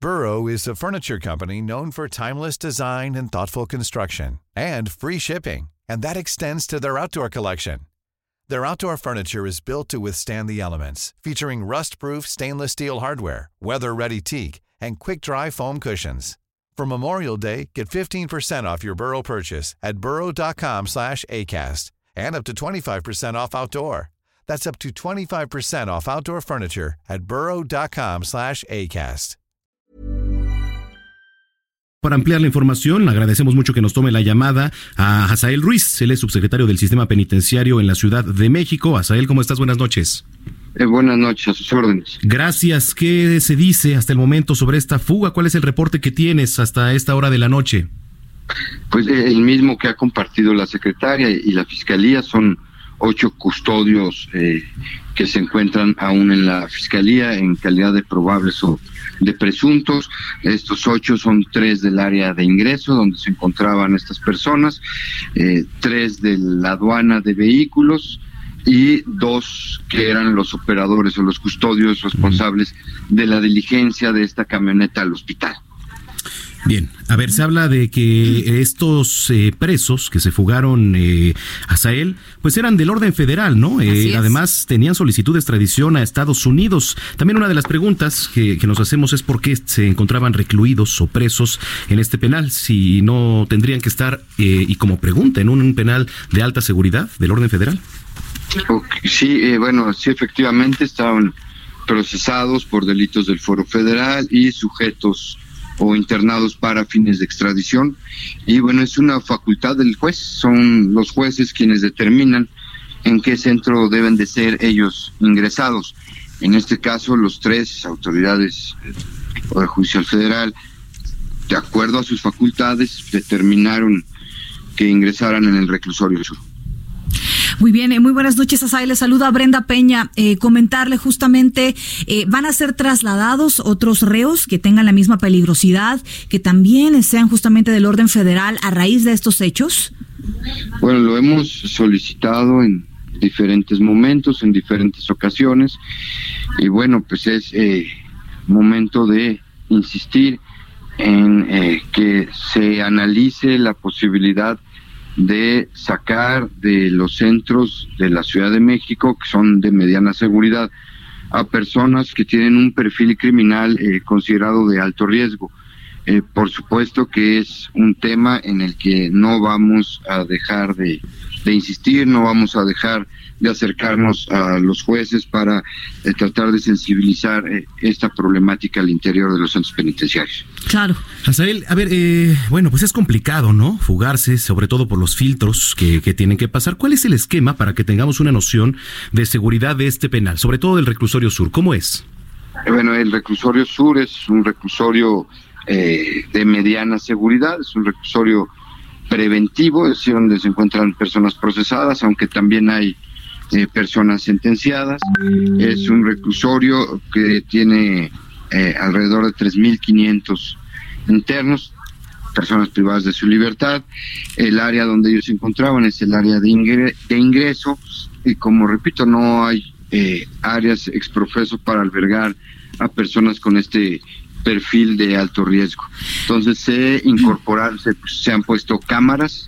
Burrow is a furniture company known for timeless design and thoughtful construction, and free shipping, and that extends to their outdoor collection. Their outdoor furniture is built to withstand the elements, featuring rust-proof stainless steel hardware, weather-ready teak, and quick-dry foam cushions. For Memorial Day, get 15% off your Burrow purchase at burrow.com/ACAST and up to 25% off outdoor. That's up to 25% off outdoor furniture at burrow.com/ACAST. Para ampliar la información, agradecemos mucho que nos tome la llamada a Asael Ruiz. Él es subsecretario del Sistema Penitenciario en la Ciudad de México. Asael, ¿cómo estás? Buenas noches. Buenas noches, a sus órdenes. Gracias. ¿Qué se dice hasta el momento sobre esta fuga? ¿Cuál es el reporte que tienes hasta esta hora de la noche? Pues el mismo que ha compartido la secretaria y la Fiscalía. Son 8 custodios que se encuentran aún en la Fiscalía en calidad de probables o de presuntos. Estos 8 son 3 del área de ingreso, donde se encontraban estas personas, 3 de la aduana de vehículos y 2 que eran los operadores o los custodios responsables de la diligencia de esta camioneta al hospital. Bien, a ver, se habla de que estos presos que se fugaron, Asael, pues eran del orden federal, ¿no? Además, tenían solicitud de extradición a Estados Unidos. También una de las preguntas que nos hacemos es por qué se encontraban recluidos o presos en este penal, si no tendrían que estar, y como pregunta, en un penal de alta seguridad del orden federal. Sí, bueno, sí, efectivamente estaban procesados por delitos del Fuero Federal y sujetos o internados para fines de extradición, y bueno, es una facultad del juez. Son los jueces quienes determinan en qué centro deben de ser ellos ingresados. En este caso, los 3 autoridades del Poder Judicial Federal, de acuerdo a sus facultades, determinaron que ingresaran en el reclusorio sur. Muy bien, muy buenas noches, Asael. Le saluda Brenda Peña. Comentarle justamente, ¿van a ser trasladados otros reos que tengan la misma peligrosidad, que también sean justamente del orden federal a raíz de estos hechos? Bueno, lo hemos solicitado en diferentes momentos, en diferentes ocasiones, y bueno, pues es momento de insistir en que se analice la posibilidad de sacar de los centros de la Ciudad de México, que son de mediana seguridad, a personas que tienen un perfil criminal considerado de alto riesgo. Por supuesto que es un tema en el que no vamos a dejar de insistir, no vamos a dejar de acercarnos a los jueces para tratar de sensibilizar esta problemática al interior de los centros penitenciarios. Claro. Asael, a ver, bueno, pues es complicado, ¿no? Fugarse, sobre todo por los filtros que tienen que pasar. ¿Cuál es el esquema para que tengamos una noción de seguridad de este penal, sobre todo del reclusorio sur? ¿Cómo es? Bueno, el reclusorio sur es un reclusorio de mediana seguridad, es un reclusorio preventivo, es decir, donde se encuentran personas procesadas, aunque también hay personas sentenciadas. Es un reclusorio que tiene alrededor de 3,500 internos, personas privadas de su libertad. El área donde ellos se encontraban es el área de ingreso, y como repito, no hay áreas exprofeso para albergar a personas con este perfil de alto riesgo. Entonces se han puesto cámaras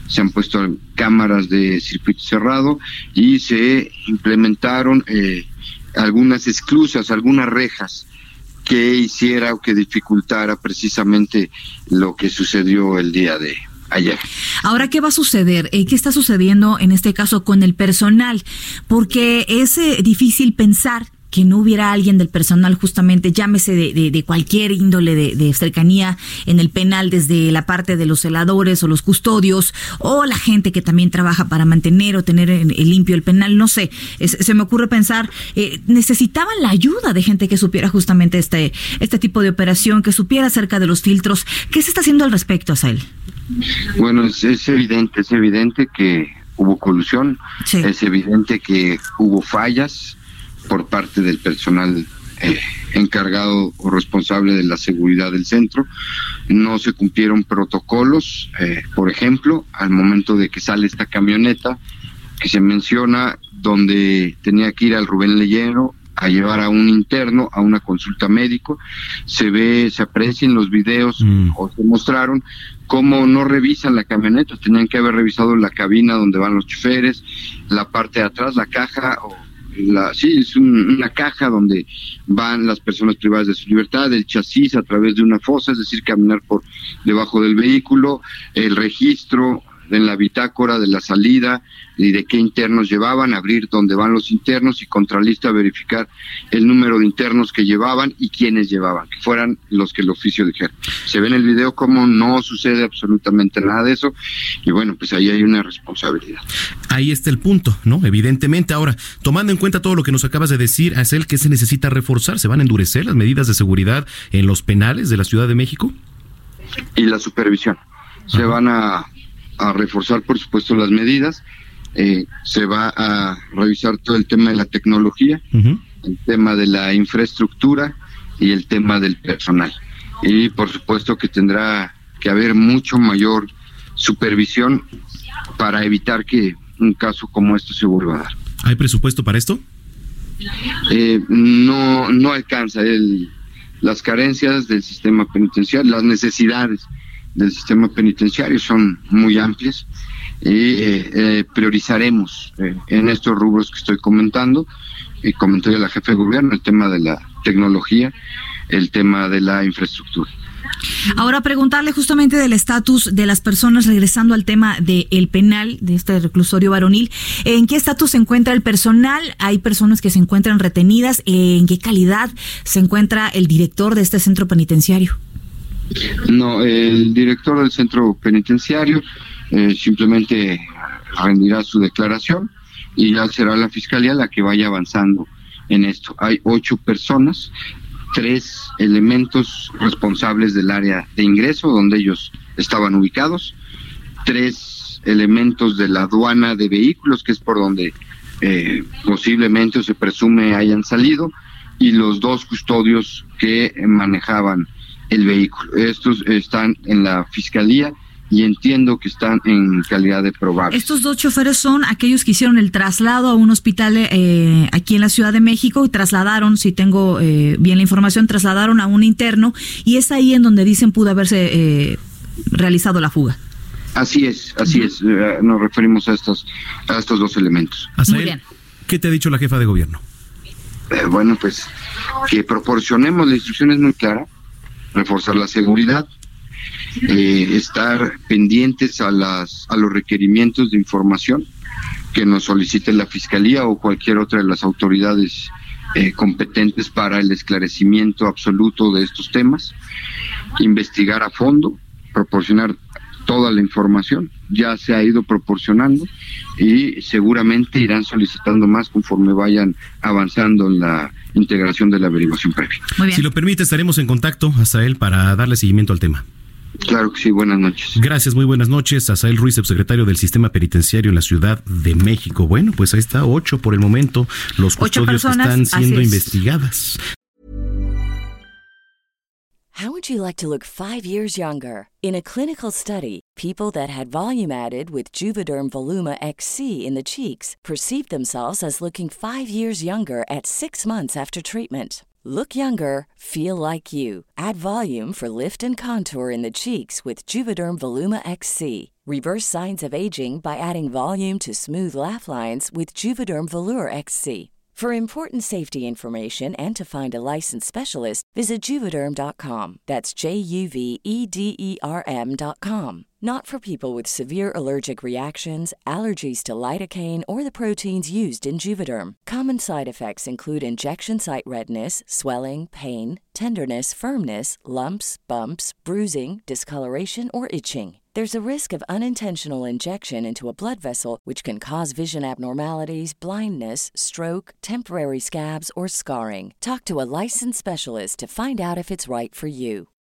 de circuito cerrado, y se implementaron algunas esclusas, algunas rejas que hiciera o que dificultara precisamente lo que sucedió el día de ayer. Ahora, ¿qué va a suceder? ¿Qué está sucediendo en este caso con el personal? Porque es difícil pensar que no hubiera alguien del personal, justamente, llámese de cualquier índole de cercanía en el penal, desde la parte de los celadores o los custodios, o la gente que también trabaja para mantener o tener limpio el penal, no sé, se me ocurre pensar, necesitaban la ayuda de gente que supiera justamente este tipo de operación, que supiera acerca de los filtros. ¿Qué se está haciendo al respecto, Asael? Bueno, es evidente que hubo colusión, sí. Es evidente que hubo fallas por parte del personal encargado o responsable de la seguridad del centro. No se cumplieron protocolos, por ejemplo, al momento de que sale esta camioneta que se menciona, donde tenía que ir al Rubén Leyero, a llevar a un interno a una consulta médico. Se aprecia en los videos o se mostraron cómo no revisan la camioneta. Tenían que haber revisado la cabina donde van los choferes, la parte de atrás, la caja, es una caja donde van las personas privadas de su libertad, el chasis a través de una fosa, es decir, caminar por debajo del vehículo, el registro en la bitácora de la salida y de qué internos llevaban, abrir dónde van los internos y Contralista verificar el número de internos que llevaban y quiénes llevaban, que fueran los que el oficio dijera. Se ve en el video cómo no sucede absolutamente nada de eso y bueno, pues ahí hay una responsabilidad. Ahí está el punto, ¿no? Evidentemente. Ahora, tomando en cuenta todo lo que nos acabas de decir, Azael, ¿qué se necesita reforzar? ¿Se van a endurecer las medidas de seguridad en los penales de la Ciudad de México? Y la supervisión. Se van a reforzar, por supuesto, las medidas. Se va a revisar todo el tema de la tecnología, el tema de la infraestructura y el tema del personal. Y por supuesto que tendrá que haber mucho mayor supervisión para evitar que un caso como este se vuelva a dar. ¿Hay presupuesto para esto? No alcanza. Las carencias del sistema penitenciario, las necesidades del sistema penitenciario son muy amplias y priorizaremos en estos rubros que estoy comentando. Comentó ya la jefa de gobierno el tema de la tecnología, el tema de la infraestructura. Ahora preguntarle justamente del estatus de las personas, regresando al tema del penal, de este reclusorio varonil. ¿En qué estatus se encuentra el personal? ¿Hay personas que se encuentran retenidas? ¿En qué calidad se encuentra el director de este centro penitenciario? No, el director del centro penitenciario simplemente rendirá su declaración y ya será la fiscalía la que vaya avanzando en esto. Hay 8 personas, 3 elementos responsables del área de ingreso donde ellos estaban ubicados, 3 elementos de la aduana de vehículos, que es por donde posiblemente o se presume hayan salido, y los 2 custodios que manejaban el vehículo. Estos están en la fiscalía y entiendo que están en calidad de probables. Estos 2 choferes son aquellos que hicieron el traslado a un hospital aquí en la Ciudad de México y trasladaron, si tengo bien la información, trasladaron a un interno y es ahí en donde dicen pudo haberse realizado la fuga. Así es. Nos referimos a estos 2 elementos. Muy bien. ¿Qué te ha dicho la jefa de gobierno? Bueno, pues que proporcionemos, la instrucción es muy clara: reforzar la seguridad, estar pendientes a los requerimientos de información que nos solicite la Fiscalía o cualquier otra de las autoridades competentes para el esclarecimiento absoluto de estos temas, investigar a fondo, proporcionar toda la información. Ya se ha ido proporcionando y seguramente irán solicitando más conforme vayan avanzando en la integración de la averiguación previa. Muy bien. Si lo permite, estaremos en contacto, Azael, para darle seguimiento al tema. Claro que sí, buenas noches. Gracias, muy buenas noches. Azael Ruiz, subsecretario del Sistema Penitenciario en la Ciudad de México. Bueno, pues ahí está, 8 por el momento, los custodios que están siendo investigadas. How would you like to look 5 years younger? In a clinical study, people that had volume added with Juvederm Voluma XC in the cheeks perceived themselves as looking 5 years younger at 6 months after treatment. Look younger, feel like you. Add volume for lift and contour in the cheeks with Juvederm Voluma XC. Reverse signs of aging by adding volume to smooth laugh lines with Juvederm Volure XC. For important safety information and to find a licensed specialist, visit Juvederm.com. That's JUVEDERM.com. Not for people with severe allergic reactions, allergies to lidocaine, or the proteins used in Juvederm. Common side effects include injection site redness, swelling, pain, tenderness, firmness, lumps, bumps, bruising, discoloration, or itching. There's a risk of unintentional injection into a blood vessel, which can cause vision abnormalities, blindness, stroke, temporary scabs, or scarring. Talk to a licensed specialist to find out if it's right for you.